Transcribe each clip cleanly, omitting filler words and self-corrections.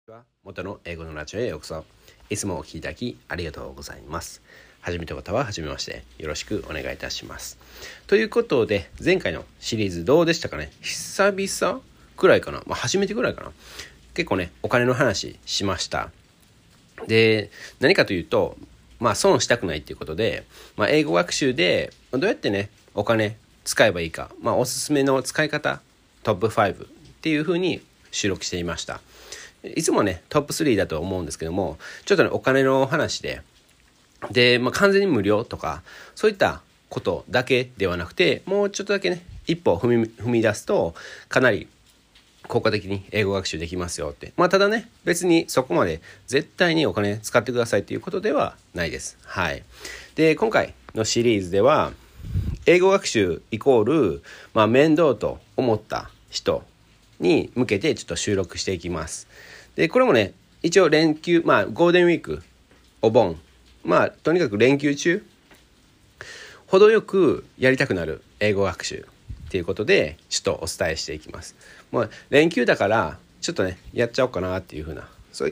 元の英語のラジオへようこそ。いつもお聞きいただきありがとうございます。初めての方は初めまして、よろしくお願いいたします。ということで、前回のシリーズどうでしたかね。久々くらいかな、初めてくらいかな。結構ね、お金の話しました。で、何かというと、損したくないっていうことで、英語学習でどうやってね、お金使えばいいか、おすすめの使い方トップ5っていう風に収録していました。いつもねトップ3だと思うんですけども、ちょっとねお金の話で完全に無料とかそういったことだけではなくて、もうちょっとだけね一歩踏み出すとかなり効果的に英語学習できますよって。ただね、別にそこまで絶対にお金使ってくださいっていうことではないです。はい。で、今回のシリーズでは英語学習イコール、面倒と思った人に向けてちょっと収録していきます。で、これもね、一応連休、ゴールデンウィーク、お盆、とにかく連休中、程よくやりたくなる英語学習っていうことで、ちょっとお伝えしていきます。もう連休だから、ちょっとね、やっちゃおうかなっていう風な、そういった、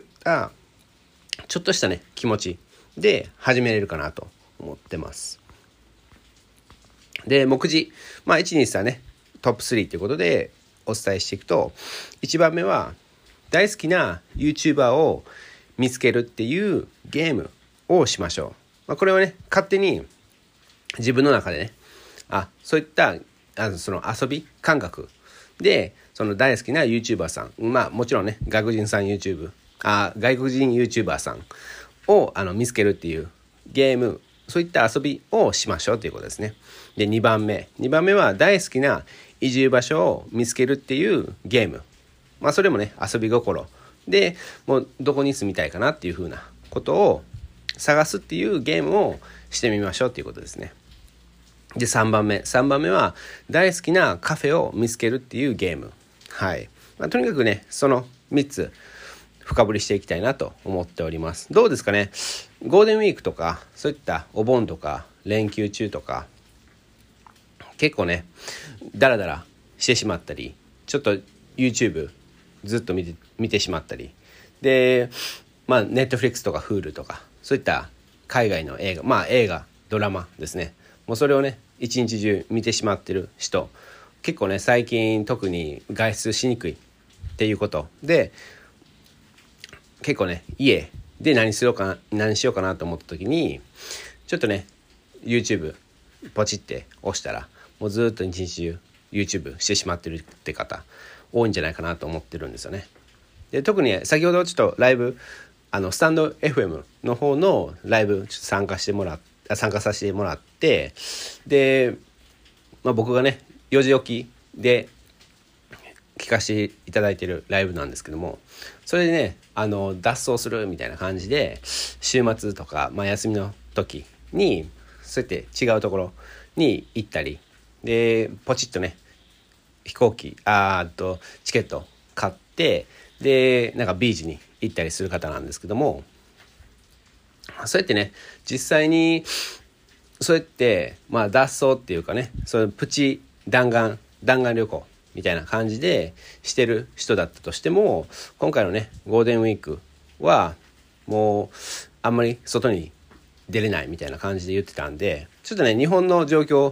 ちょっとしたね、気持ちで始めれるかなと思ってます。で、目次、1、2、3ね、トップ3ということでお伝えしていくと、1番目は、大好きな YouTuber を見つけるっていうゲームをしましょう。これはね、勝手に自分の中でね、そういったその遊び感覚で、その大好きな YouTuber さん、もちろんね、外国人 YouTuber さんを見つけるっていうゲーム、そういった遊びをしましょうということですね。で、2番目は大好きな移住場所を見つけるっていうゲーム。それもね、遊び心で、もうどこに住みたいかなっていう風なことを探すっていうゲームをしてみましょうっていうことですね。で、3番目は大好きなカフェを見つけるっていうゲーム。はい。とにかくね、その3つ深掘りしていきたいなと思っております。どうですかね。ゴールデンウィークとか、そういったお盆とか連休中とか、結構ね、ダラダラしてしまったり、ちょっと YouTubeずっと見てしまったりで、Netflix とか Hulu とかそういった海外の映画ドラマですね、もうそれをね一日中見てしまってる人、結構ね最近特に外出しにくいっていうことで、結構ね家で何しようかなと思った時にちょっとね YouTube ポチって押したらもうずっと一日中 YouTube してしまってるって方多いんじゃないかなと思ってるんですよね。で、特に先ほどちょっとライブスタンド FM の方のライブちょっと参加させてもらって、で、僕がね4時起きで聞かせていただいてるライブなんですけども、それでね脱走するみたいな感じで週末とか、休みの時にそうやって違うところに行ったりで、ポチッとね飛行機チケット買ってでビーチに行ったりする方なんですけども、そうやってね実際にそうやって脱走っていうかね、そういうプチ弾丸旅行みたいな感じでしてる人だったとしても、今回のねゴールデンウィークはもうあんまり外に出れないみたいな感じで言ってたんで、ちょっとね日本の状況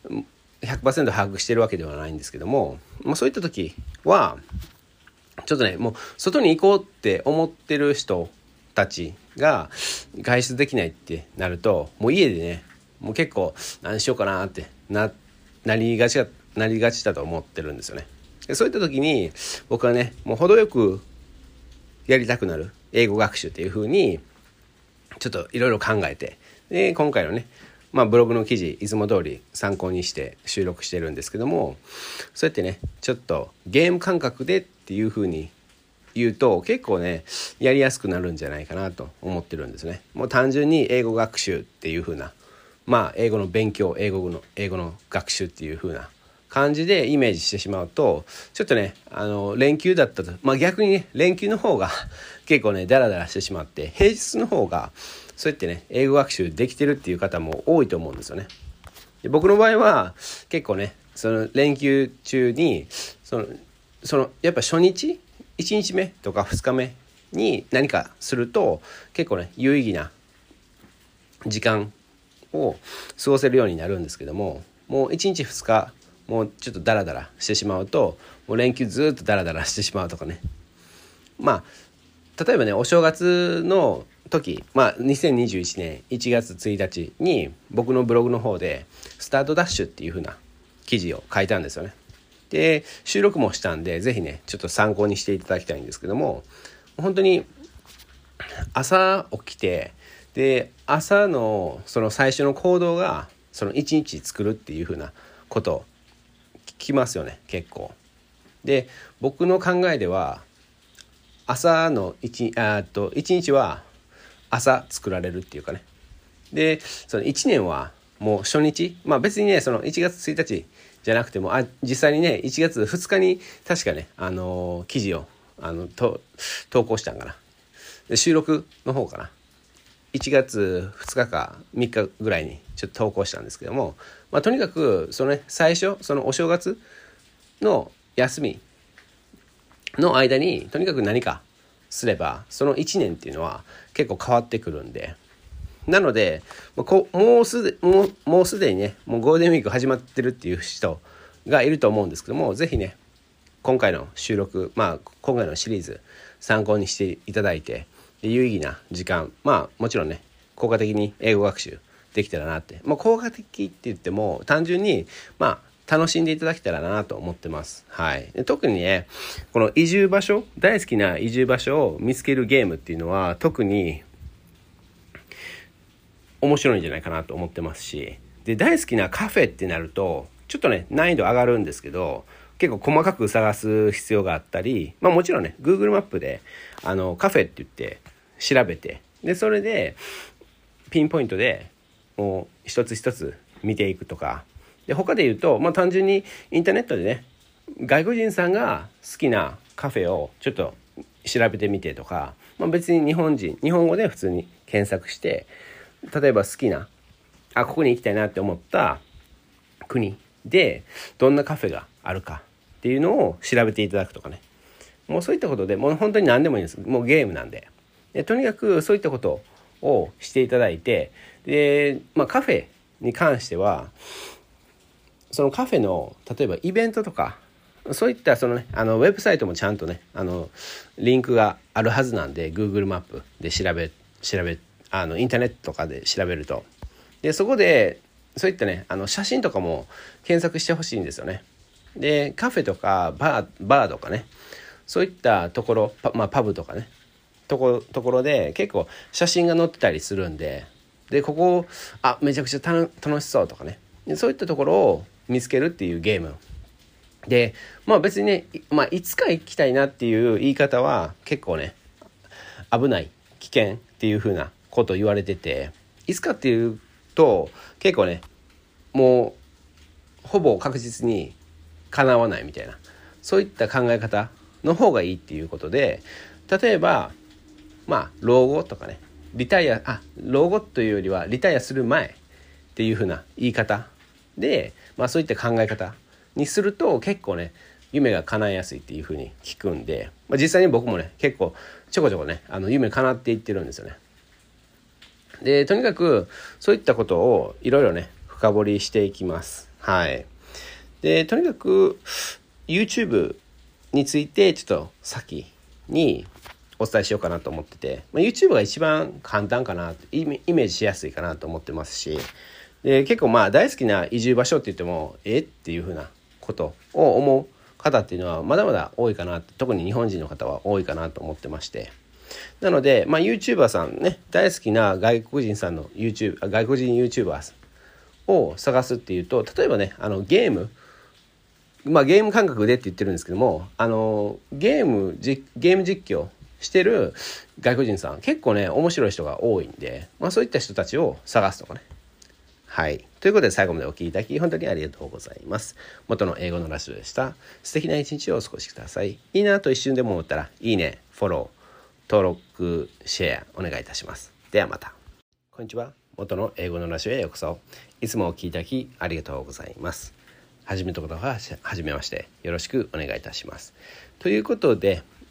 100% 把握してるわけではないんですけども、そういった時はちょっとねもう外に行こうって思ってる人たちが外出できないってなると、もう家でねもう結構何しようかなってなりがちだと思ってるんですよね。で、そういった時に僕はねもう程よくやりたくなる英語学習っていう風にちょっといろいろ考えて、で今回のねブログの記事いつも通り参考にして収録してるんですけども、そうやってねちょっとゲーム感覚でっていう風に言うと結構ねやりやすくなるんじゃないかなと思ってるんですね。もう単純に英語学習っていう風な英語の勉強英語の学習っていう風な感じでイメージしてしまうと、ちょっとね連休だったと、逆にね連休の方が結構ねダラダラしてしまって、平日の方がそうやってね英語学習できてるっていう方も多いと思うんですよね。で、僕の場合は結構ねその連休中にそのやっぱ初日1日目とか2日目に何かすると結構ね有意義な時間を過ごせるようになるんですけども、もう1日2日もうちょっとダラダラしてしまうと、もう連休ずっとダラダラしてしまうとかね。例えばねお正月の時、2021年1月1日に僕のブログの方でスタートダッシュっていう風な記事を書いたんですよね。で収録もしたんでぜひねちょっと参考にしていただきたいんですけども、本当に朝起きて、で朝のその最初の行動がその1日作るっていう風なことを聞きますよね結構。で僕の考えでは朝の一日は朝作られるっていうかね。でその1年はもう初日、別にねその1月1日じゃなくても実際にね1月2日に確かね記事を投稿したんかな。で収録の方かな1月2日か3日ぐらいにちょっと投稿したんですけども、とにかくそのね最初そのお正月の休みの間にとにかく何かすればその1年っていうのは結構変わってくるんで、なのでもうすでにねもうゴールデンウィーク始まってるっていう人がいると思うんですけども、ぜひね今回の収録今回のシリーズ参考にしていただいて、有意義な時間もちろんね効果的に英語学習できたらなって、効果的って言っても単純に楽しんでいただけたらなと思ってます。はい。特にねこの移住場所、大好きな移住場所を見つけるゲームっていうのは特に面白いんじゃないかなと思ってますし、で大好きなカフェってなるとちょっとね難易度上がるんですけど、結構細かく探す必要があったり、もちろんね Google マップでカフェって言って調べて、でそれでピンポイントでもう一つ一つ見ていくとかで、他で言うと、単純にインターネットでね外国人さんが好きなカフェをちょっと調べてみてとか、別に日本語で普通に検索して、例えば好きなここに行きたいなって思った国でどんなカフェがあるかっていうのを調べていただくとかね。もうそういったことでもう本当に何でもいいんです。もうゲームなんで。とにかくそういったことをしていただいて、で、カフェに関してはそのカフェの例えばイベントとかそういったそのねウェブサイトもちゃんとねリンクがあるはずなんで、 Google マップで調べインターネットとかで調べると、でそこでそういったね写真とかも検索してほしいんですよね。でカフェとかバーとかね、そういったところパブとかねところで結構写真が載ってたりするんで、ここめちゃくちゃ楽しそうとかね、そういったところを見つけるっていうゲームで、別にね、いつか行きたいなっていう言い方は結構ね危ない危険っていう風なことを言われてて、いつかっていうと結構ねもうほぼ確実に叶わないみたいな、そういった考え方の方がいいっていうことで、例えば老後とかね老後というよりはリタイアする前っていう風な言い方で、そういった考え方にすると結構ね夢が叶いやすいっていう風に聞くんで、実際に僕もね結構ちょこちょこね夢叶っていってるんですよね。でとにかくそういったことをいろいろね深掘りしていきます。はい。でとにかく YouTube についてちょっと先にお伝えしようかなと思ってて、YouTube が一番簡単かな、イメージしやすいかなと思ってますし、で結構大好きな移住場所って言ってもっていう風なことを思う方っていうのはまだまだ多いかな、特に日本人の方は多いかなと思ってまして、なのでYouTuber さんね、大好きな外国人さんの外国人 YouTuber を探すっていうと、例えばねゲーム感覚でって言ってるんですけども、ゲーム実況してる外国人さん結構ね面白い人が多いんで、そういった人たちを探すとかね。はい。ということで最後までお聞きいただき本当にありがとうございます。元の英語のラジオでした。素敵な一日をお過ごしください。いいなと一瞬でも思ったらいいね、フォロー、登録、シェアお願いいたします。ではまた。こんにちは。元の英語のラジオへようこそ。いつもお聞きいただきありがとうございます。初めての方は初めましてよろしくお願いいたします。ということで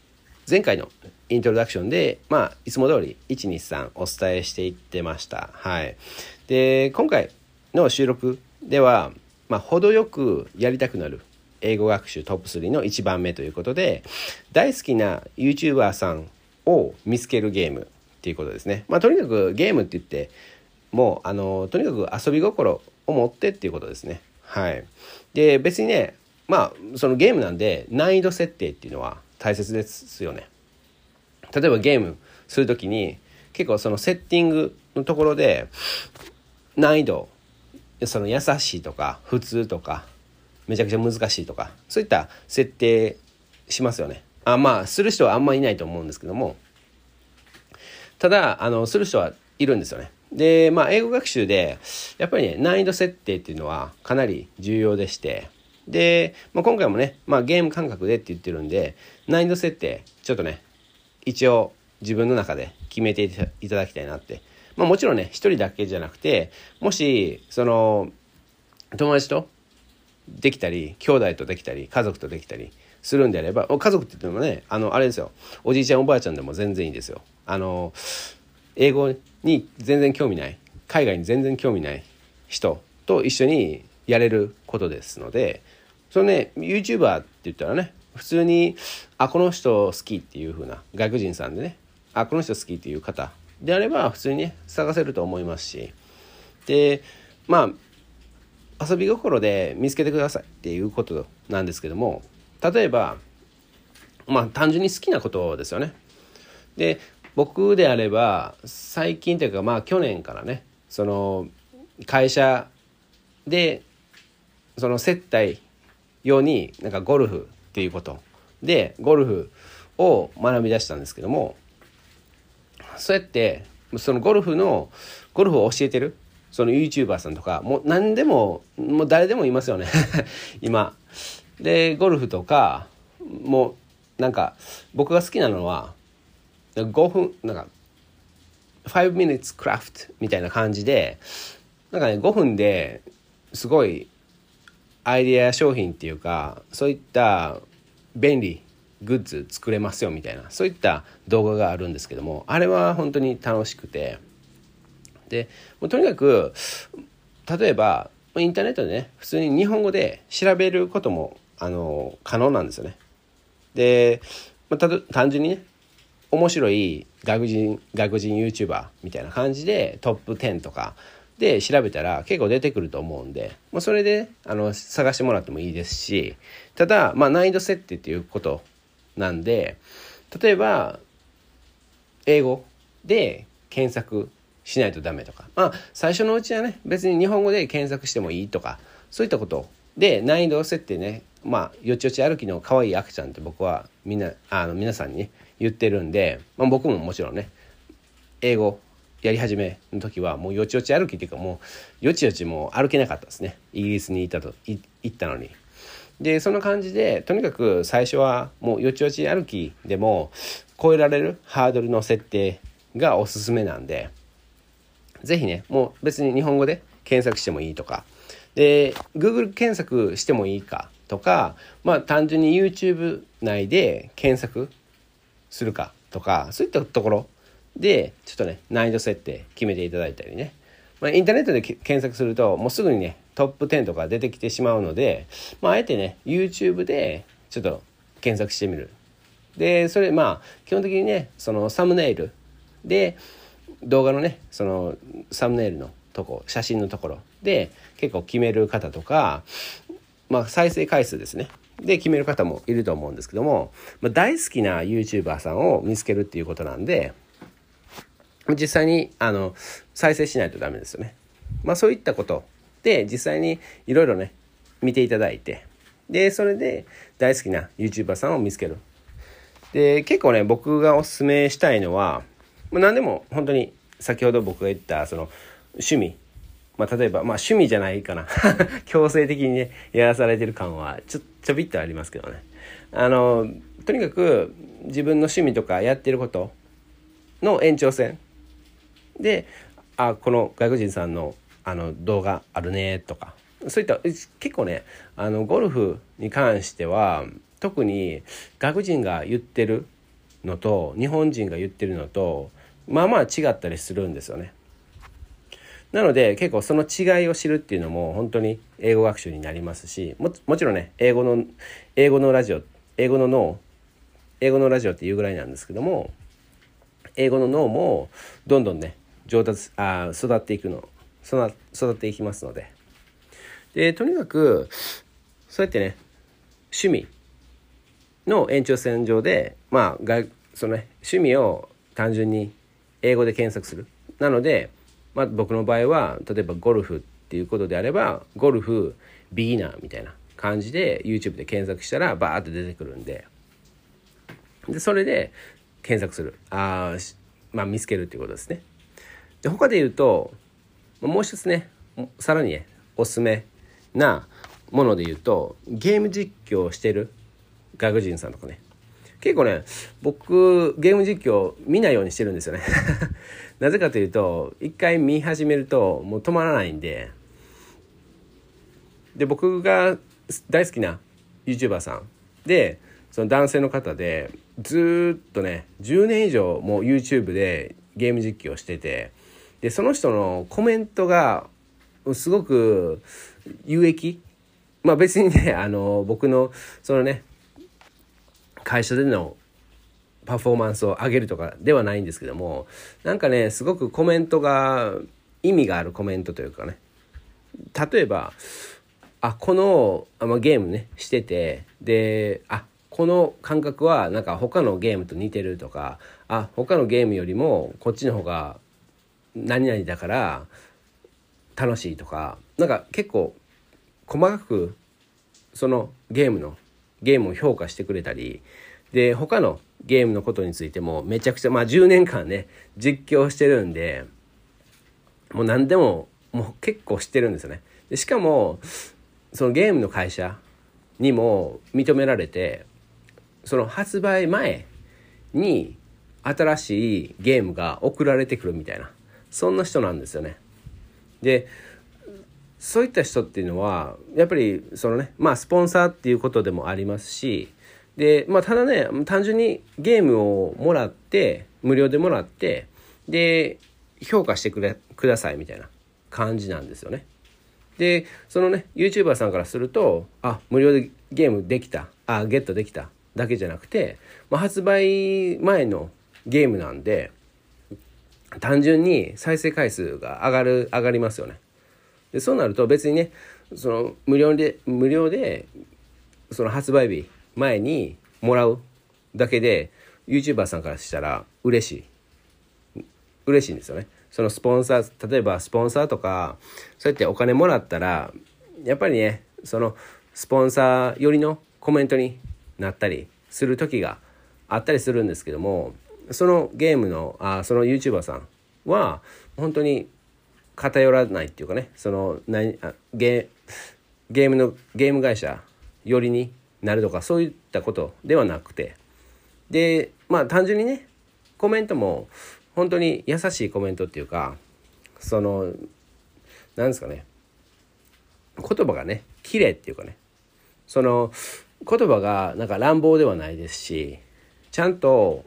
前回のイントロダクションで、いつも通り123お伝えしていってました。はい。で、今回の収録では、程よくやりたくなる英語学習トップ3の1番目ということで、大好きな YouTuber さんを見つけるゲームっていうことですね。とにかくゲームって言ってもうとにかく遊び心を持ってっていうことですね。はい。で、別にね、そのゲームなんで難易度設定っていうのは大切ですよね。例えばゲームするときに結構そのセッティングのところで難易度、その優しいとか普通とかめちゃくちゃ難しいとか、そういった設定しますよね。する人はあんまりいないと思うんですけども、ただする人はいるんですよね。で、英語学習でやっぱりね、難易度設定っていうのはかなり重要でして、で、今回もね、ゲーム感覚でって言ってるんで、難易度設定ちょっとね、一応自分の中で決めていただきたいなって。もちろんね、一人だけじゃなくて、もしその友達とできたり、兄弟とできたり、家族とできたりするんであれば、家族って言ってもね、あれですよ、おじいちゃんおばあちゃんでも全然いいですよ。英語に全然興味ない、海外に全然興味ない人と一緒にやれることですので、そのね、YouTuber って言ったらね、普通にこの人好きっていう風な外国人さんでね、この人好きっていう方であれば普通にね、探せると思いますし、で、遊び心で見つけてくださいっていうことなんですけども、例えば単純に好きなことですよね。で、僕であれば最近というか去年からね、その会社でその接待用にゴルフっていうことでゴルフを学び出したんですけども、そうやってそのゴルフを教えてるその YouTuber さんとかもう何でも誰でもいますよね今で。ゴルフとかもう僕が好きなのは5分5 minutes craft みたいな感じで5分ですごいアイデア商品っていうか、そういった便利グッズ作れますよみたいな、そういった動画があるんですけども、あれは本当に楽しくて、でもうとにかく例えばインターネットでね、普通に日本語で調べることも可能なんですよね。で、単純にね、面白い外国人 YouTuber みたいな感じでトップ10とかで調べたら結構出てくると思うんで、それで探してもらってもいいですし、ただ難易度設定っていうことなんで、例えば英語で検索しないとダメとか、最初のうちはね、別に日本語で検索してもいいとか、そういったことで難易度設定ね、よちよち歩きの可愛い赤ちゃんって僕は皆さんにね言ってるんで、僕ももちろんね、英語やり始めの時はもうよちよち歩きっていうか、もうよちよちもう歩けなかったですね。イギリスに行ったのに。で、そんな感じでとにかく最初はもうよちよち歩きでも超えられるハードルの設定がおすすめなんで、ぜひね、もう別に日本語で検索してもいいとかで Google 検索してもいいかとか、単純に YouTube 内で検索するかとか、そういったところでちょっとね、難易度設定決めていただいたりね、インターネットで検索するともうすぐにねトップ10とか出てきてしまうので、あえてね YouTube でちょっと検索してみる。で、それ基本的にね、そのサムネイルで動画のね、そのサムネイルのとこ、写真のところで結構決める方とか、再生回数ですねで決める方もいると思うんですけども、大好きな YouTuber さんを見つけるっていうことなんで、実際に再生しないとダメですよね。そういったことで実際にいろいろね見ていただいて、でそれで大好きな YouTuber さんを見つける。で、結構ね、僕がおすすめしたいのは何でも本当に先ほど僕が言ったその趣味、例えば趣味じゃないかな強制的にねやらされてる感はちょびっとありますけどね、とにかく自分の趣味とかやってることの延長線で、この外国人さんの動画あるねとか、そういった結構ね、ゴルフに関しては特に外国人が言ってるのと日本人が言ってるのとまあまあ違ったりするんですよね。なので結構その違いを知るっていうのも本当に英語学習になりますし、もちろんね英語のラジオ英語のラジオっていうぐらいなんですけども、英語の脳もどんどんね育っていきますので、とにかくそうやってね趣味の延長線上でそのね趣味を単純に英語で検索する。なので、僕の場合は例えばゴルフっていうことであればゴルフビギナーみたいな感じで YouTube で検索したらバーって出てくるんで、それで検索する見つけるっていうことですね。で他で言うともう一つねさらにねおすすめなもので言うとゲーム実況をしてる外国人さんとかね、結構ね僕ゲーム実況見ないようにしてるんですよねなぜかというと一回見始めるともう止まらないんで、僕が大好きな YouTuber さんでその男性の方でずっとね10年以上もう YouTube でゲーム実況してて、でその人のコメントがすごく有益、別にね僕のそのね会社でのパフォーマンスを上げるとかではないんですけども、なんかねすごくコメントが意味があるコメントというかね、例えばこのゲームねしてて、でこの感覚はなんか他のゲームと似てるとか、他のゲームよりもこっちの方が何々だから楽しいとか、なんか結構細かくそのゲームを評価してくれたり、で他のゲームのことについてもめちゃくちゃ10年間ね実況してるんで、もう何でももう結構知ってるんですよね。でしかもそのゲームの会社にも認められて、その発売前に新しいゲームが送られてくるみたいな、そんな人なんですよね。でそういった人っていうのはやっぱりそのねスポンサーっていうことでもありますし、でただね単純にゲームをもらって無料でもらってで評価してくださいみたいな感じなんですよね。でそのね YouTuber さんからすると無料でゲームできたゲットできただけじゃなくて、発売前のゲームなんで単純に再生回数が上がりますよね。でそうなると別にねその無料でその発売日前にもらうだけで YouTuber さんからしたら嬉しいんですよね。そのスポンサー、例えばスポンサーとかそうやってお金もらったらやっぱりねそのスポンサー寄りのコメントになったりする時があったりするんですけども、そのゲームのその YouTuber さんは本当に偏らないっていうかね、そのゲーム会社寄りになるとかそういったことではなくて、で単純にねコメントも本当に優しいコメントっていうか、そのなんですかね、言葉がね綺麗っていうかね、その言葉がなんか乱暴ではないですし、ちゃんと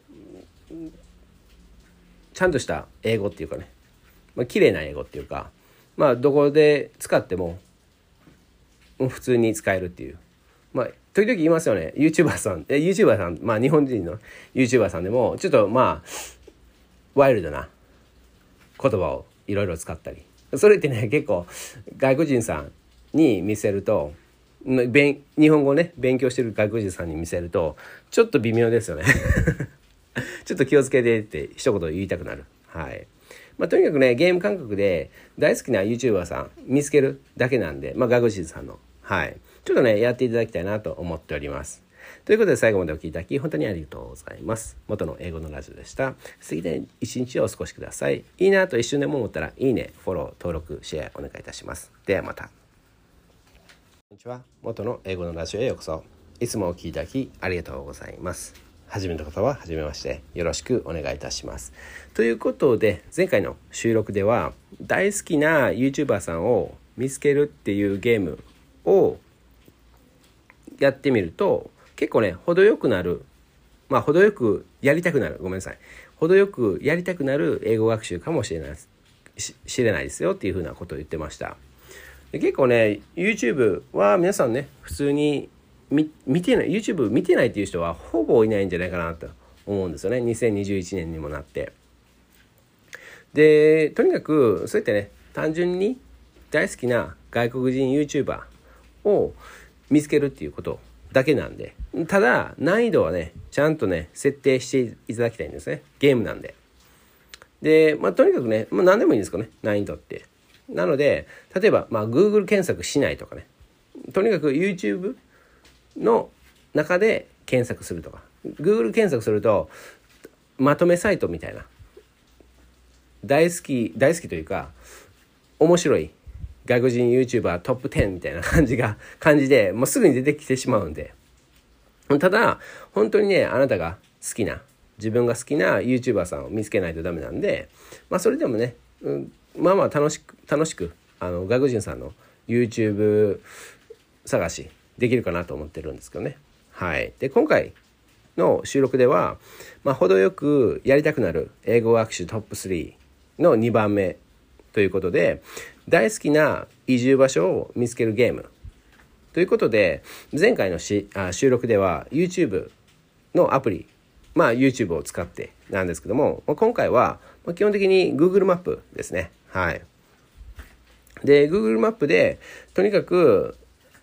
した英語っていうかね、綺麗な英語っていうか、どこで使っても普通に使えるっていう、時々言いますよね YouTuber さん、日本人の YouTuber さんでもちょっとワイルドな言葉をいろいろ使ったり、それってね結構外国人さんに見せると、日本語ね勉強してる外国人さんに見せるとちょっと微妙ですよねちょっと気をつけてって一言言いたくなる。とにかくねゲーム感覚で大好きな YouTuber さん見つけるだけなんで、外国人さんのちょっとねやっていただきたいなと思っております。ということで最後までお聞きいただき本当にありがとうございます。元の英語のラジオでした。素敵な一日をお過ごしください。いいなと一瞬でも思ったらいいね、フォロー、登録、シェアお願いいたします。ではまた。こんにちは。元の英語のラジオへようこそ。いつもお聞きいただきありがとうございます。初めの方は初めましてよろしくお願いいたします。ということで前回の収録では大好きな YouTuber さんを見つけるっていうゲームをやってみると結構ね程よくやりたくなる、ごめんなさい、程よくやりたくなる英語学習かもしれないですよっていうふうなことを言ってました。で結構ね YouTube は皆さんね普通に見てない YouTube 見てないっていう人はほぼいないんじゃないかなと思うんですよね。2021年にもなって、でとにかくそうやってね単純に大好きな外国人 YouTuber を見つけるっていうことだけなんで、ただ難易度はねちゃんとね設定していただきたいんですね。ゲームなんで。で、とにかくね、何でもいいんですかね、難易度って。なので例えば、Google 検索しないとかね、とにかく YouTube の中で検索するとか、 Google 検索するとまとめサイトみたいな、大好きというか面白い外国人 YouTuber トップ10みたいな感じでもうすぐに出てきてしまうんで、ただ本当にねあなたが自分が好きな YouTuber さんを見つけないとダメなんで、それでもね、楽しく外国人さんの YouTube 探しできるかなと思ってるんですけどね。はい。で今回の収録では、程よくやりたくなる英語学習トップ3の2番目ということで、大好きな移住場所を見つけるゲームということで、前回の収録では YouTube のアプリ、YouTube を使ってなんですけども、今回は基本的に Google マップですね。はい。で Google マップでとにかく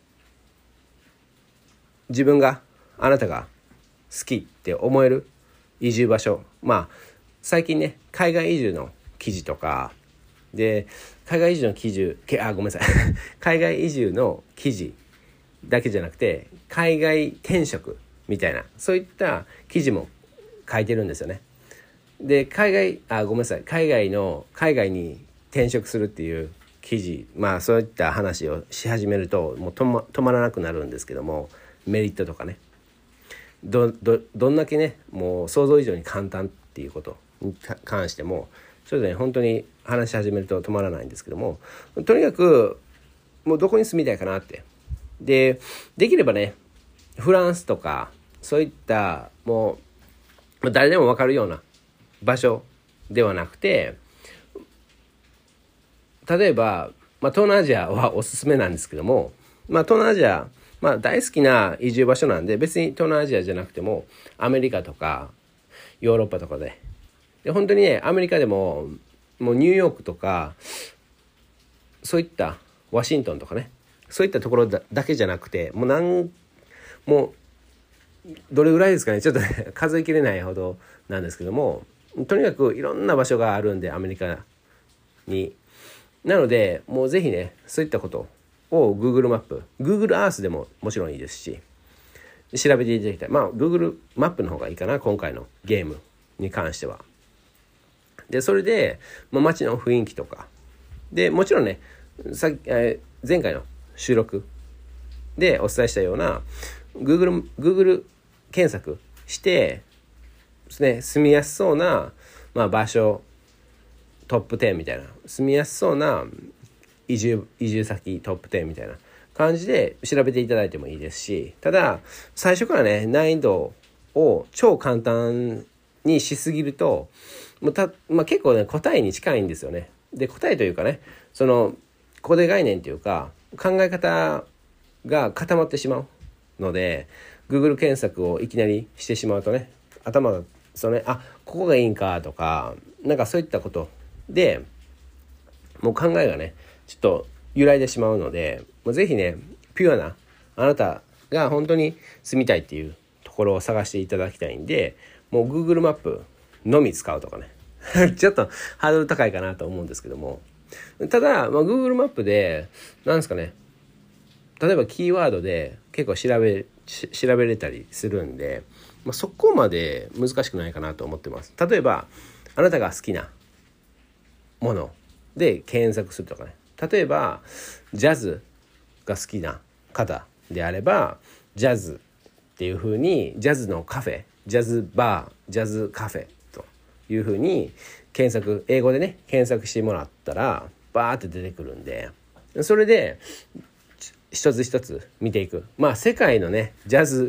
あなたが好きって思える移住場所、最近ね海外移住の記事とかで、海外移住の海外移住の記事だけじゃなくて海外転職みたいなそういった記事も書いてるんですよね。で海外に転職するっていう記事、そういった話をし始めるともう止まらなくなるんですけども、メリットとかね、どんだけねもう想像以上に簡単っていうことに関してもそれでね本当に話し始めると止まらないんですけども、とにかくもうどこに住みたいかなって、できればねフランスとかそういったもう誰でも分かるような場所ではなくて、例えば、東南アジアはおすすめなんですけども、東南アジア大好きな移住場所なんで、別に東南アジアじゃなくてもアメリカとかヨーロッパとかで本当にねアメリカでもニューヨークとかそういったワシントンとかね、そういったところだけじゃなくてもうどれぐらいですかね、ちょっとね数えきれないほどなんですけども、とにかくいろんな場所があるんでアメリカに。なのでもうぜひねそういったことを Google マップ Google Earth でももちろんいいですし調べていただきたい。Google マップの方がいいかな、今回のゲームに関しては。でそれで、街の雰囲気とかでもちろんね前回の収録でお伝えしたような Google 検索してですね、住みやすそうな、場所トップ10みたいな、住みやすそうな移住先トップ10みたいな感じで調べていただいてもいいですし、ただ最初からね難易度を超簡単にしすぎると結構ね答えに近いんですよね。で答えというかね、その固定概念というか考え方が固まってしまうので、 Google 検索をいきなりしてしまうとね、頭がここがいいんかとかそういったことでもう考えがねちょっと揺らいでしまうので、もうぜひねピュアなあなたが本当に住みたいっていうところを探していただきたいんで、もう Google マップのみ使うとかねちょっとハードル高いかなと思うんですけども、ただ、Google マップでなんですかね、例えばキーワードで結構調べれたりするんで、そこまで難しくないかなと思ってます。例えばあなたが好きなもので検索するとかね、例えばジャズが好きな方であればジャズっていう風にジャズのカフェ、ジャズバー、ジャズカフェという風に英語でね検索してもらったらバーって出てくるんで、それで一つ一つ見ていく。世界のねジャズ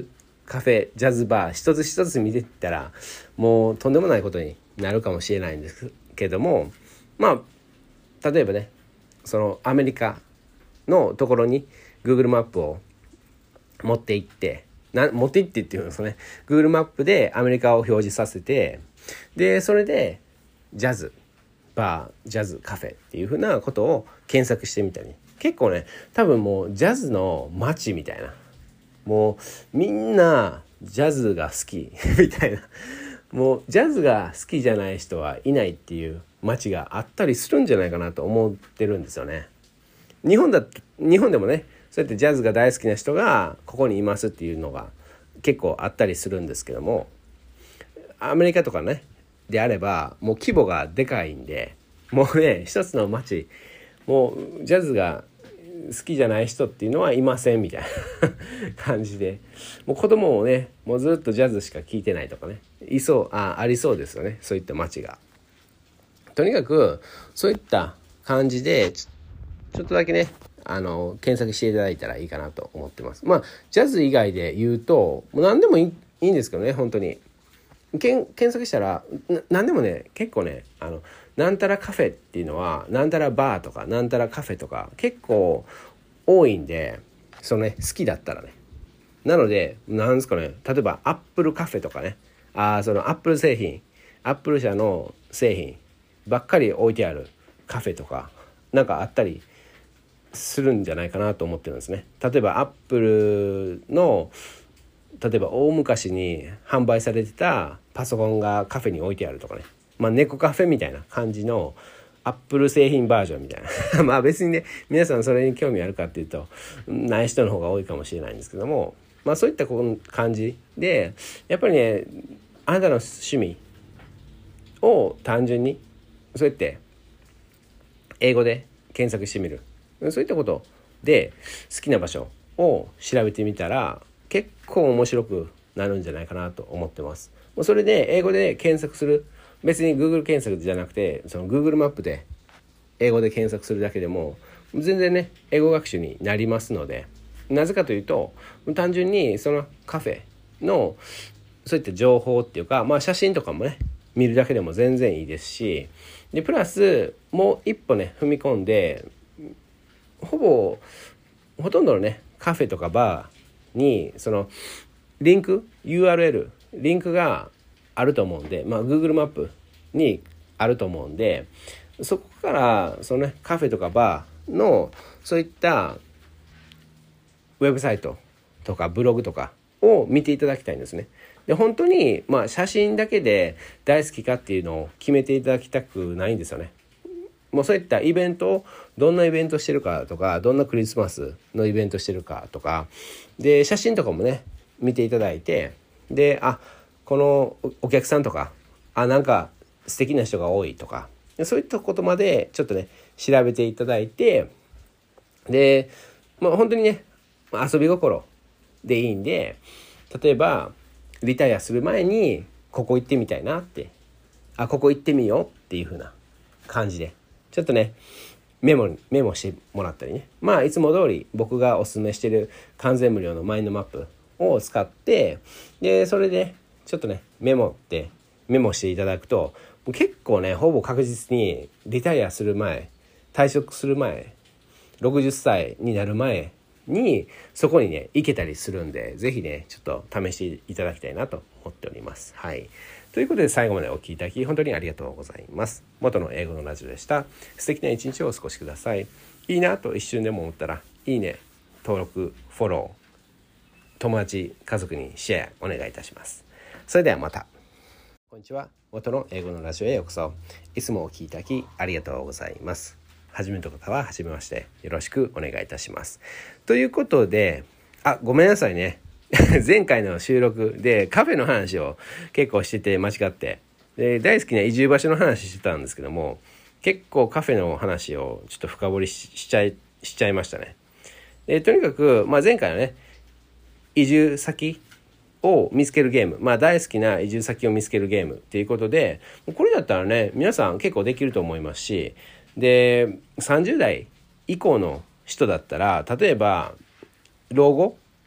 カフェ、ジャズバー一つ一つ見ていったらもうとんでもないことになるかもしれないんですけども、まあ例えばね、そのアメリカのところに Google マップを持って行ってっていうんですかね、 Google マップでアメリカを表示させて、でそれでジャズバー、ジャズカフェっていうふうなことを検索してみたり、結構ね多分もうジャズの街みたいな、もうみんなジャズが好きみたいな、もうジャズが好きじゃない人はいないっていう街があったりするんじゃないかなと思ってるんですよね。日本でもね、そうやってジャズが大好きな人がここにいますっていうのが結構あったりするんですけども、アメリカとかねであればもう規模がでかいんで、もうね一つの街、もうジャズが好きじゃない人っていうのはいませんみたいな感じで、もう子供もねもうずっとジャズしか聴いてないとかね、ありそうですよね、そういった街が。とにかくそういった感じでちょっとだけね検索していただいたらいいかなと思ってます。まあジャズ以外で言うともう何でもいいんですけどね、本当に検索したら何でもね、結構ねなんたらカフェっていうのはなんたらバーとかなんたらカフェとか結構多いんで、そのね好きだったらね、なのでなんですかね、例えばアップルカフェとかね、そのアップル製品、アップル社の製品ばっかり置いてあるカフェとかなんかあったりするんじゃないかなと思ってるんですね。例えばアップルの例えば大昔に販売されてたパソコンがカフェに置いてあるとかね、まあ猫カフェみたいな感じのアップル製品バージョンみたいなまあ別にね皆さんそれに興味あるかっていうとない人の方が多いかもしれないんですけども、まあそういった感じでやっぱりね、あなたの趣味を単純にそうやって英語で検索してみる、そういったことで好きな場所を調べてみたら結構面白くなるんじゃないかなと思ってます。それで英語で検索する、別に Google 検索じゃなくてその Google マップで英語で検索するだけでも全然ね英語学習になりますので、なぜかというと単純にそのカフェのそういった情報っていうか、まあ写真とかもね見るだけでも全然いいですし、でプラスもう一歩ね踏み込んでほとんどのねカフェとかバーにそのリンク URL リンクがあると思うんで、まあ Google マップにあると思うんで、そこからそのねカフェとかバーのそういったウェブサイトとかブログとかを見ていただきたいんですね。で本当にまあ写真だけで大好きかっていうのを決めていただきたくないんですよね。もうそういったイベントをどんなイベントしてるかとか、どんなクリスマスのイベントしてるかとかで写真とかもね見ていただいて、でこのお客さんとかなんか素敵な人が多いとか、そういったことまでちょっとね調べていただいて、でまあ本当にね遊び心でいいんで、例えばリタイアする前にここ行ってみたいなって、ここ行ってみようっていう風な感じでちょっとねメモしてもらったりね、まあいつも通り僕がおすすめしてる完全無料のマインドマップを使って、でそれでちょっとねメモしていただくと結構ねほぼ確実にリタイアする前、退職する前、60歳になる前にそこにね行けたりするんで、ぜひねちょっと試していただきたいなと思っております。はい、ということで最後までお聞きいただき本当にありがとうございます。元の英語のラジオでした。素敵な一日をお過ごしください。いいなと一瞬でも思ったらいいね、登録、フォロー、友達家族にシェアお願いいたします。それではまた。こんにちは、元の英語のラジオへようこそ。いつもお聞きいただきありがとうございます。初めの方は初めまして、よろしくお願いいたします。ということでごめんなさいね前回の収録でカフェの話を結構してて間違って、で大好きな移住場所の話してたんですけども、結構カフェの話をちょっと深掘りしちゃいましたね。でとにかく、前回はね移住先を見つけるゲーム、大好きな移住先を見つけるゲームっていうことで、これだったらね皆さん結構できると思いますし、で30代以降の人だったら例えば老後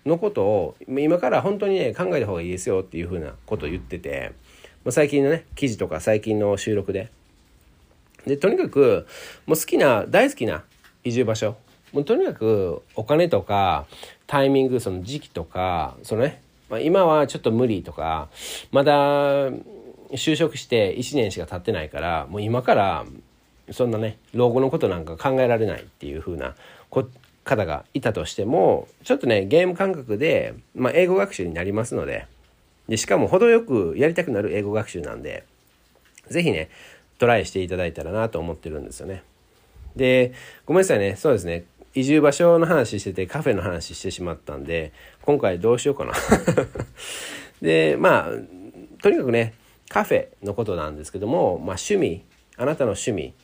のことを今から本当にね考えた方がいいですよっていうふうなことを言ってて、最近のね記事とか最近の収録でとにかくもう大好きな移住場所、もうとにかくお金とかタイミング、その時期とか今はちょっと無理とか、まだ就職して1年しか経ってないから、もう今からそんなね老後のことなんか考えられないっていう風な方がいたとしても、ちょっとねゲーム感覚で、英語学習になりますので、しかも程よくやりたくなる英語学習なんで、ぜひねトライしていただいたらなと思ってるんですよね。で、ごめんなさいね、そうですね、移住場所の話しててカフェの話してしまったんで、今回どうしようかなで、とにかくねカフェのことなんですけども、趣味、あなたの趣味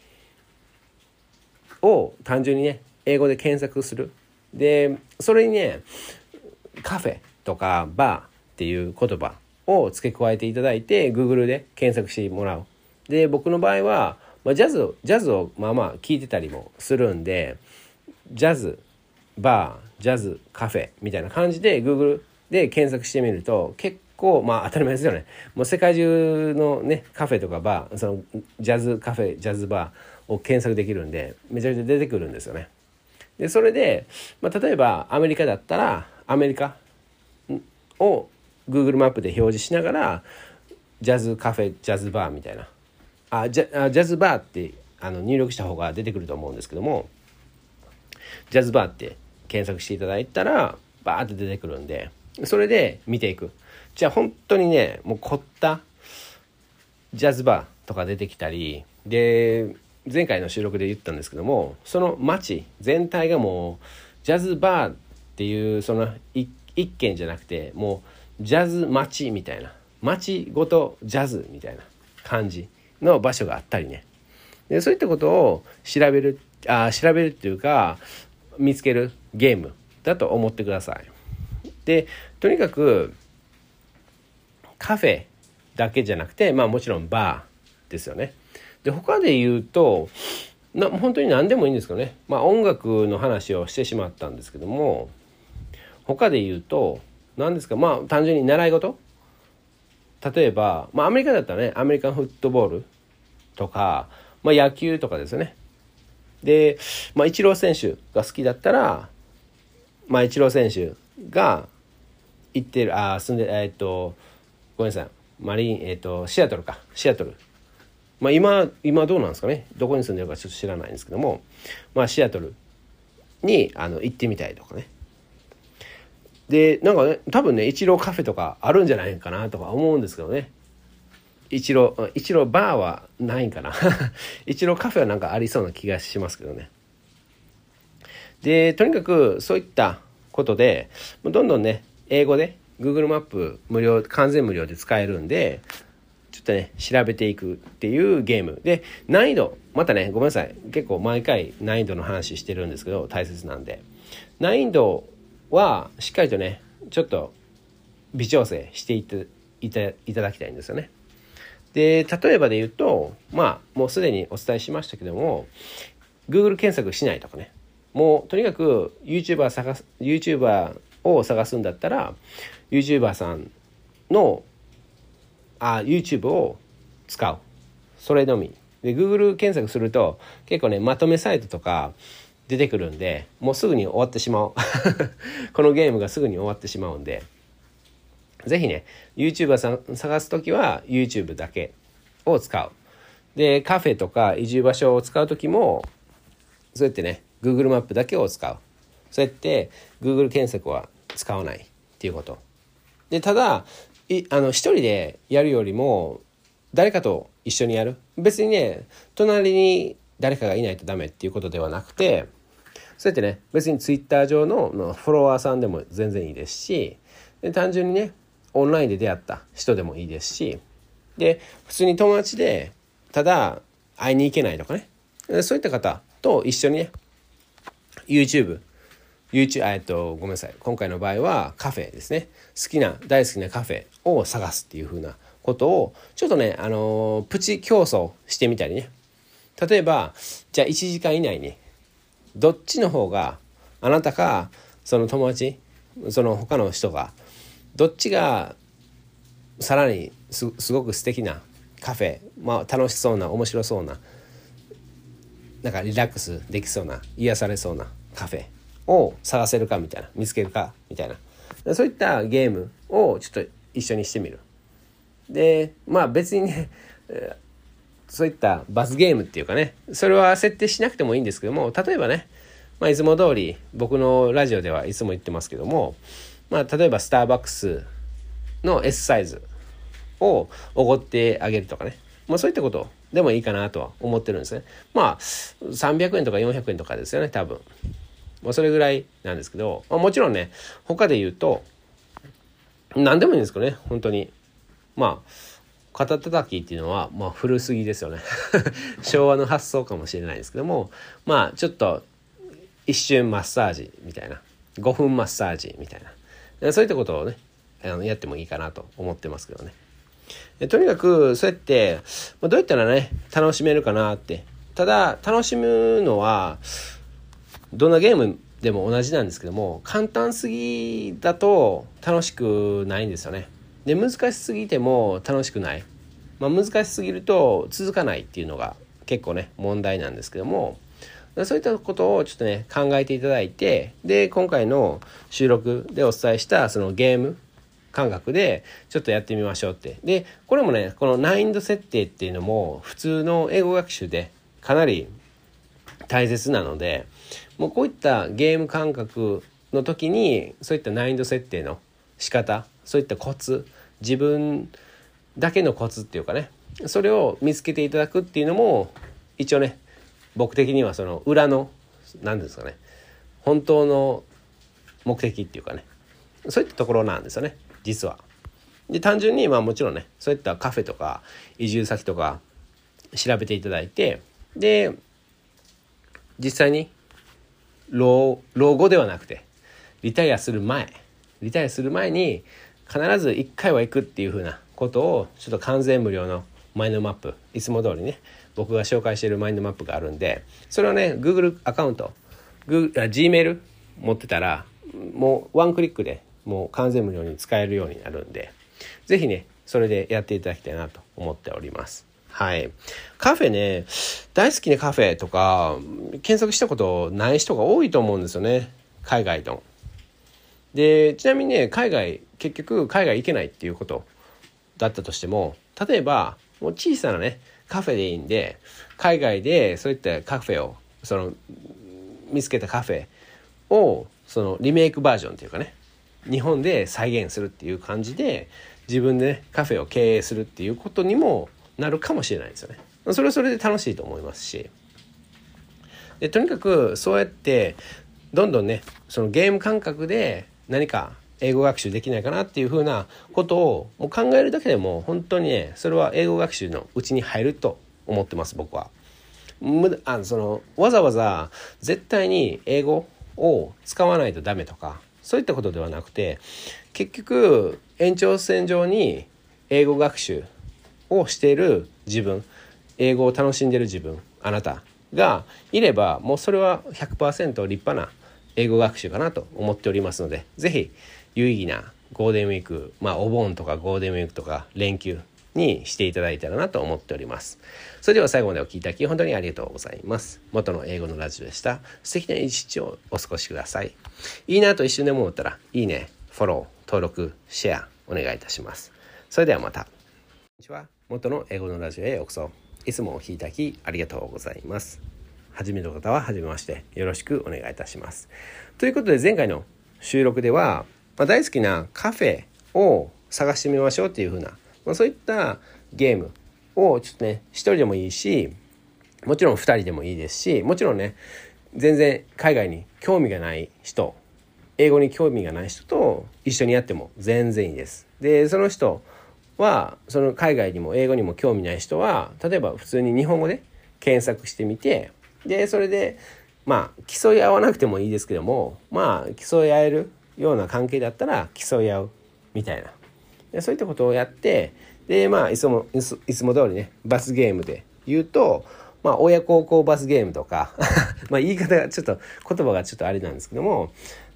を単純にね英語で検索する。でそれにねカフェとかバーっていう言葉を付け加えていただいて Google で検索してもらう。で僕の場合は、ジャズを聞いてたりもするんで、ジャズバー、ジャズカフェみたいな感じで Google で検索してみると結構当たり前ですよね。もう世界中のねカフェとかバー、そのジャズカフェ、ジャズバーを検索できるんでめちゃくちゃ出てくるんですよね。でそれで、例えばアメリカだったらアメリカを Google マップで表示しながらジャズカフェ、ジャズバーみたいなジャズバーって入力した方が出てくると思うんですけども、ジャズバーって検索していただいたらバーって出てくるんで、それで見ていく。じゃあ本当にねもう凝ったジャズバーとか出てきたりで、前回の収録で言ったんですけども、その街全体がもうジャズバーっていうその一軒じゃなくて、もうジャズ街みたいな、街ごとジャズみたいな感じの場所があったりね。でそういったことを調べるっていうか見つけるゲームだと思ってください。でとにかくカフェだけじゃなくて、もちろんバーですよね。で他で言うと本当に何でもいいんですけどね、音楽の話をしてしまったんですけども、他で言うと何ですか、単純に習い事、例えば、アメリカだったらねアメリカンフットボールとか、野球とかですよね。で、イチロー選手が好きだったら、イチロー選手が行ってる住んでごめんなさい、シアトル、今どうなんですかね、どこに住んでるかちょっと知らないんですけども、シアトルに行ってみたいとかね。でなんかね多分ねイチローカフェとかあるんじゃないかなとか思うんですけどね。イチローバーはないんかなイチローカフェはなんかありそうな気がしますけどね。でとにかくそういったことでどんどんね英語で Google マップ完全無料で使えるんで、ちょっとね調べていくっていうゲームで、難易度またねごめんなさい、結構毎回難易度の話してるんですけど大切なんで、難易度はしっかりとねちょっと微調整していただきたいんですよね。で例えばで言うともうすでにお伝えしましたけども Google 検索しないとかね、もうとにかく YouTuber を探すんだったら YouTuber さんのYouTube を使う、それのみで Google 検索すると結構ねまとめサイトとか出てくるんで、もうすぐに終わってしまうこのゲームがすぐに終わってしまうんで、ぜひね YouTuber さん探すときは YouTube だけを使う。でカフェとか移住場所を使うときもそうやってね Google マップだけを使う。そうやって Google 検索は使わないっていうことで、ただ一人でやるよりも誰かと一緒にやる、別にね隣に誰かがいないとダメっていうことではなくて、そうやってね別に Twitter 上のフォロワーさんでも全然いいですし、で単純にねオンラインで出会った人でもいいですし、で普通に友達でただ会いに行けないとかね、そういった方と一緒にね YouTube ごめんなさい、今回の場合はカフェですね、大好きなカフェを探すっていう風なことをちょっとねプチ競争してみたりね。例えばじゃあ1時間以内にどっちの方があなたかその友達その他の人がどっちがさらにすごく素敵なカフェ、楽しそうな面白そうな、なんかリラックスできそうな癒されそうなカフェを探せるかみたいな、見つけるかみたいな、そういったゲームをちょっと一緒にしてみる。で別にねそういった罰ゲームっていうかね、それは設定しなくてもいいんですけども、例えばね、いつも通り僕のラジオではいつも言ってますけども、例えばスターバックスの S サイズをおごってあげるとかね、そういったことでもいいかなとは思ってるんですね。300円とか400円とかですよね、多分。それぐらいなんですけど、もちろんね他で言うと何でもいいんですけどね、本当に肩叩きっていうのは古すぎですよね昭和の発想かもしれないですけども、ちょっと一瞬マッサージみたいな、5分マッサージみたいな、そういったことをねやってもいいかなと思ってますけどね。とにかくそうやってどうやったらね楽しめるかなって。ただ楽しむのはどんなゲームでも同じなんですけども、簡単すぎだと楽しくないんですよね。で難しすぎても楽しくない、難しすぎると続かないっていうのが結構ね問題なんですけども、そういったことをちょっとね考えていただいて、で今回の収録でお伝えしたそのゲーム感覚でちょっとやってみましょうって。でこれもね、この難易度設定っていうのも普通の英語学習でかなり大切なので、もうこういったゲーム感覚の時にそういった難易度設定の仕方、そういったコツ、自分だけのコツっていうかね、それを見つけていただくっていうのも一応ね、僕的にはその裏の何ですかね、本当の目的っていうかね、そういったところなんですよね、実は。で単純にもちろんね、そういったカフェとか移住先とか調べていただいて、で実際に老後ではなくてリタイアする前に必ず1回は行くっていう風なことをちょっと完全無料のマインドマップ、いつも通りね僕が紹介しているマインドマップがあるんで、それをね Google アカウント、Gmail 持ってたらもうワンクリックでもう完全無料に使えるようになるんで、ぜひねそれでやっていただきたいなと思っております。はい。カフェね、大好きなカフェとか検索したことない人が多いと思うんですよね、海外の。でちなみにね、結局海外行けないっていうことだったとしても、例えばもう小さなねカフェでいいんで、海外でそういったカフェを見つけたカフェをリメイクバージョンっていうかね、日本で再現するっていう感じで自分で、ね、カフェを経営するっていうことにもなるかもしれないですよね。それはそれで楽しいと思いますし、でとにかくそうやってどんどんねそのゲーム感覚で何か英語学習できないかなっていう風なことをもう考えるだけでも本当にね、それは英語学習のうちに入ると思ってます、僕は。わざわざ絶対に英語を使わないとダメとかそういったことではなくて、結局延長線上に英語学習をしている自分、英語を楽しんでいる自分、あなたがいればもうそれは 100% 立派な英語学習かなと思っておりますので、ぜひ有意義なゴールデンウィーク、お盆とかゴールデンウィークとか連休にしていただいたらなと思っております。それでは最後までお聞きいただき本当にありがとうございます。元の英語のラジオでした。素敵な一日をお過ごしください。いいなと一瞬でも思ったらいいね、フォロー、登録、シェアお願いいたします。それではまた。こんにちは。元の英語のラジオへようこそ。いつもお聞きいただきありがとうございます。初めの方は初めまして、よろしくお願いいたします。ということで前回の収録では、大好きなカフェを探してみましょうっていう風な、そういったゲームをちょっとね一人でもいいし、もちろん二人でもいいですし、もちろんね全然海外に興味がない人、英語に興味がない人と一緒にやっても全然いいです。でその人はその海外にも英語にも興味ない人は、例えば普通に日本語で検索してみて、でそれで競い合わなくてもいいですけども、競い合えるような関係だったら競い合うみたいな、でそういったことをやって、でいつも通りね罰ゲームで言うと、親孝行罰ゲームとか言い方が言葉がちょっとあれなんですけども、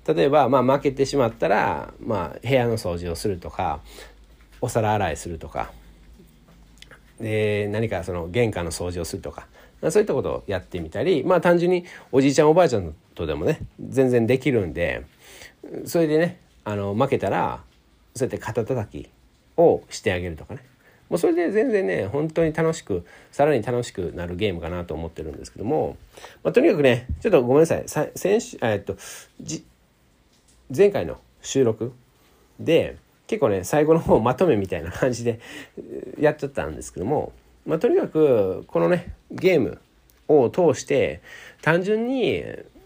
例えば、負けてしまったら、部屋の掃除をするとか、お皿洗いするとか、で何かその玄関の掃除をするとか、そういったことをやってみたり、単純におじいちゃんおばあちゃんとでもね全然できるんで、それでね負けたらそうやって肩叩きをしてあげるとかね、もうそれで全然ね本当にさらに楽しくなるゲームかなと思ってるんですけども、とにかくねちょっとごめんなさい、前回の収録で結構ね最後の方まとめみたいな感じでやっちゃったんですけども、とにかくこのねゲームを通して単純に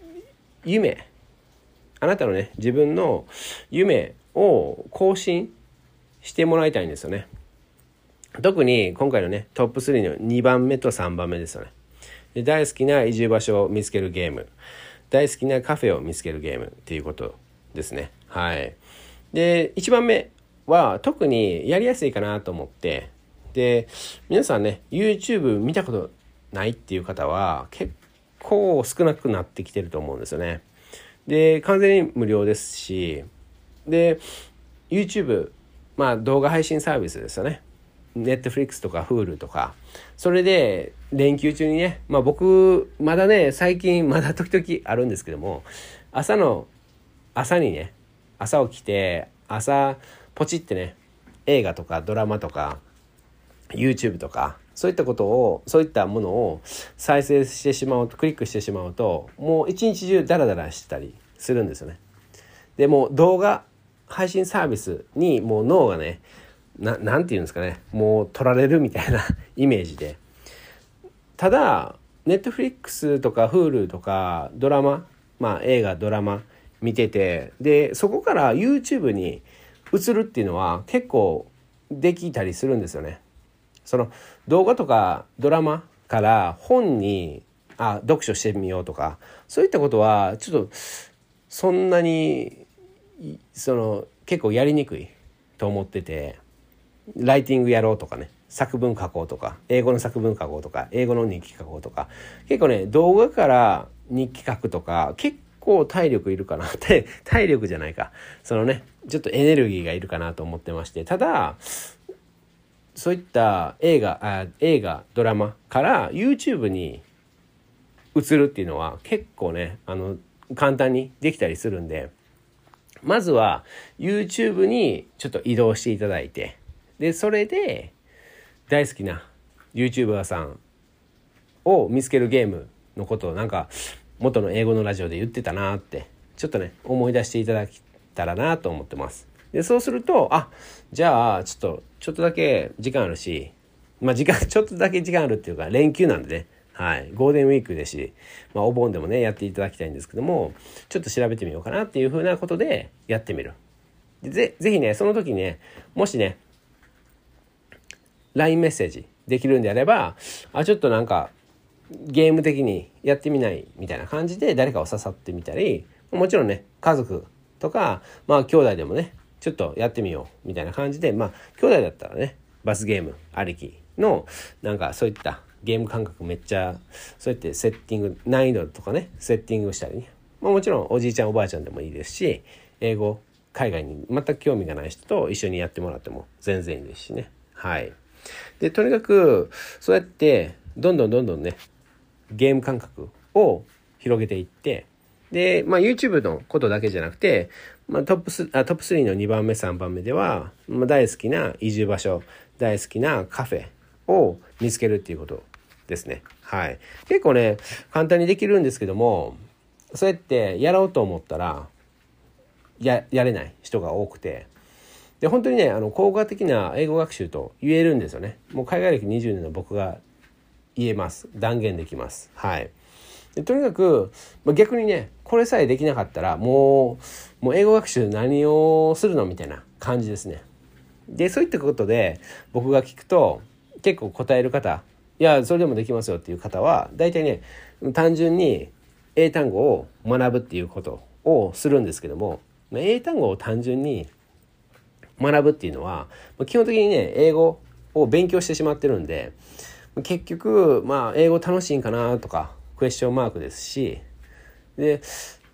あなたのね自分の夢を更新してもらいたいんですよね。特に今回のねトップ3の2番目と3番目ですよね。で大好きな移住場所を見つけるゲーム、大好きなカフェを見つけるゲームっていうことですね。はい。で1番目は特にやりやすいかなと思って、で皆さんね YouTube 見たことないっていう方は結構少なくなってきてると思うんですよね。で完全に無料ですし、で YouTube 動画配信サービスですよね。Netflix とか Hulu とか、それで連休中にね、僕まだね最近まだ時々あるんですけども、朝にね朝起きてポチってね映画とかドラマとか YouTube とかそういったものを再生してしまうと、クリックしてしまうともう一日中ダラダラしてたりするんですよね。でもう動画配信サービスにもう脳がねなんていうんですかね、もう取られるみたいなイメージで、ただ Netflix とか Hulu とかドラマ、映画ドラマ見てて、でそこから YouTube に移るっていうのは結構できたりするんですよね。その動画とかドラマから本に読書してみようとか、そういったことはちょっとそんなに結構やりにくいと思ってて、ライティングやろうとかね、作文書こうとか、英語の作文書こうとか、英語の日記書こうとか、結構ね動画から日記書くとか結構体力いるかなって体力じゃないか、ちょっとエネルギーがいるかなと思ってまして、ただそういった映画ドラマから YouTube に移るっていうのは結構ね簡単にできたりするんで、まずは YouTube にちょっと移動していただいて、でそれで大好きな YouTuber さんを見つけるゲームのことを元の英語のラジオで言ってたなってちょっとね思い出していただけたらなと思ってます。でそうするとじゃあちょっとだけ時間あるし、ちょっとだけ時間あるっていうか連休なんでね、ゴールデンウィークですし、お盆でもねやっていただきたいんですけども、ちょっと調べてみようかなっていう風なことでやってみる。ぜひねその時にね、もしね LINE メッセージできるんであれば、ちょっとゲーム的にやってみないみたいな感じで誰かを誘ってみたり、もちろんね家族とか兄弟でもねちょっとやってみようみたいな感じで、兄弟だったらね罰ゲームありきのそういったゲーム感覚めっちゃそうやってセッティング難易度とかねセッティングしたりね、もちろんおじいちゃんおばあちゃんでもいいですし、海外に全く興味がない人と一緒にやってもらっても全然いいですしね。でとにかくそうやってどんどんねゲーム感覚を広げていって、で、YouTube のことだけじゃなくて、トップ3の2番目3番目では、大好きな移住場所、大好きなカフェを見つけるっていうことですね。結構ね簡単にできるんですけども、そうやってやろうと思ったらやれない人が多くて、で本当にね効果的な英語学習と言えるんですよね。もう海外歴20年の僕が言えます、断言できます。でとにかく、逆にねこれさえできなかったらもう英語学習何をするのみたいな感じですね。でそういったことで僕が聞くと結構答える方、いやそれでもできますよっていう方は大体ね単純に英単語を学ぶっていうことをするんですけども、英単語を単純に学ぶっていうのは基本的にね英語を勉強してしまってるんで、結局英語楽しいんかなとかクエスチョンマークですし、で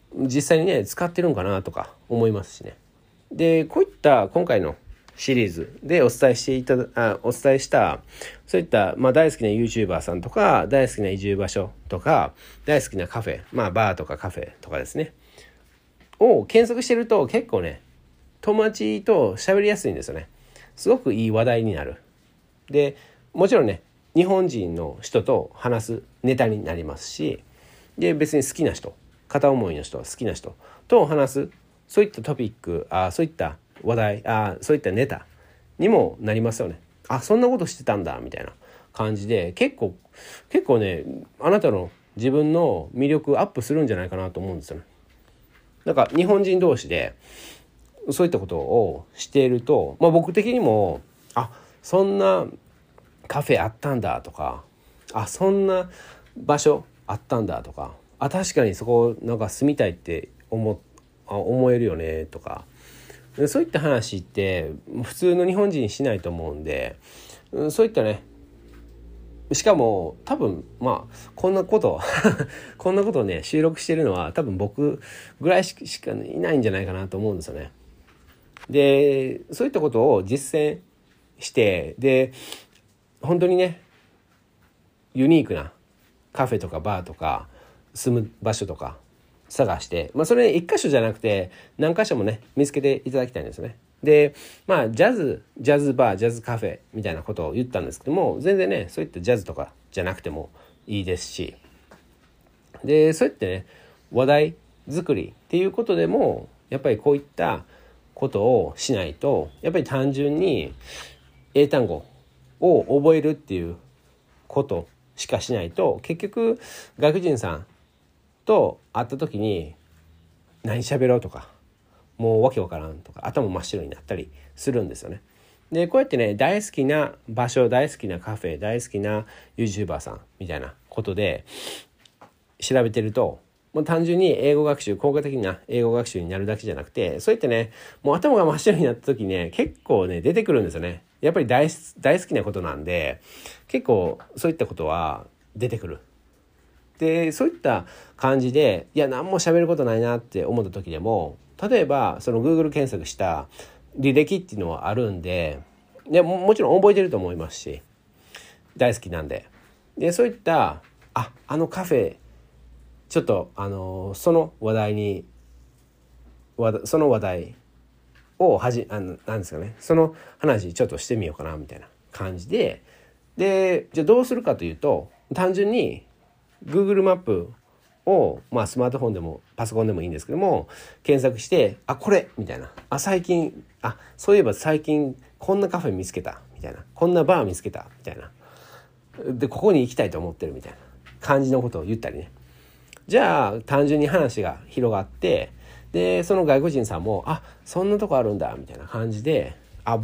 実際にね使ってるんかなとか思いますしね。でこういった今回のシリーズでお伝えしたそういった、大好きな YouTuber さんとか大好きな移住場所とか大好きなカフェ、バーとかカフェとかですねを検索してると結構ね友達と喋りやすいんですよね。すごくいい話題になる。でもちろんね日本人の人と話すネタになりますし、で別に好きな人、片思いの人、好きな人と話すそういったトピック、そういった話題、そういったネタにもなりますよね。そんなことしてたんだみたいな感じで結構ねあなたの自分の魅力アップするんじゃないかなと思うんですよね。なんか日本人同士でそういったことをしていると、僕的にもそんなカフェあったんだとか、そんな場所あったんだとか、確かにそこなんか住みたいって思えるよねとか、そういった話って普通の日本人しないと思うんで、そういったね、しかも多分こんなことこんなことをね収録してるのは多分僕ぐらいしかいないんじゃないかなと思うんですよね。でそういったことを実践してで本当にねユニークなカフェとかバーとか住む場所とか探して、それ一箇所じゃなくて何箇所もね見つけていただきたいんですよね。でジャズバージャズカフェみたいなことを言ったんですけども、全然ねそういったジャズとかじゃなくてもいいですし、でそういってね話題作りっていうことでもやっぱりこういったことをしないと、やっぱり単純に英単語を覚えるっていうことしかしないと、結局外国人さんと会った時に何喋ろうとかもうわけわからんとか頭真っ白になったりするんですよね。でこうやってね大好きな場所、大好きなカフェ、大好きな YouTuber さんみたいなことで調べてると、もう単純に英語学習、効果的な英語学習になるだけじゃなくて、そうやってねもう頭が真っ白になった時ね結構ね出てくるんですよね。やっぱり大好きなことなんで結構そういったことは出てくる。でそういった感じで何も喋ることないなって思った時でも、例えばその Google 検索した履歴っていうのはあるんで、もちろん覚えてると思いますし大好きなんで、そういったあのカフェちょっとその話題をなんですかね、その話ちょっとしてみようかなみたいな感じで、じゃあどうするかというと、単純に Google マップを、スマートフォンでもパソコンでもいいんですけども検索してこれみたいな、最近そういえば最近こんなカフェ見つけたみたいな、こんなバー見つけたみたいな、でここに行きたいと思ってるみたいな感じのことを言ったりね。じゃあ単純に話が広がって、でその外国人さんもそんなとこあるんだみたいな感じで、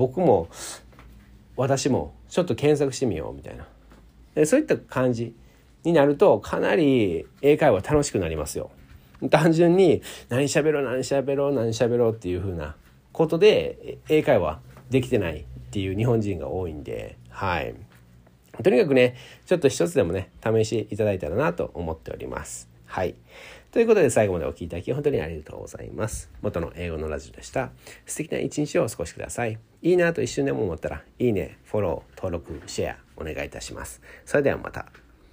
私もちょっと検索してみようみたいな、そういった感じになるとかなり英会話楽しくなりますよ。単純に何喋ろうっていう風なことで英会話できてないっていう日本人が多いんで、とにかくねちょっと一つでもね試していただいたらなと思っております。ということで最後までお聞きいただき本当にありがとうございます。元の英語のラジオでした。素敵な一日をお過ごしください。いいなと一瞬でも思ったらいいね、フォロー、登録、シェアお願いいたします。それではまた。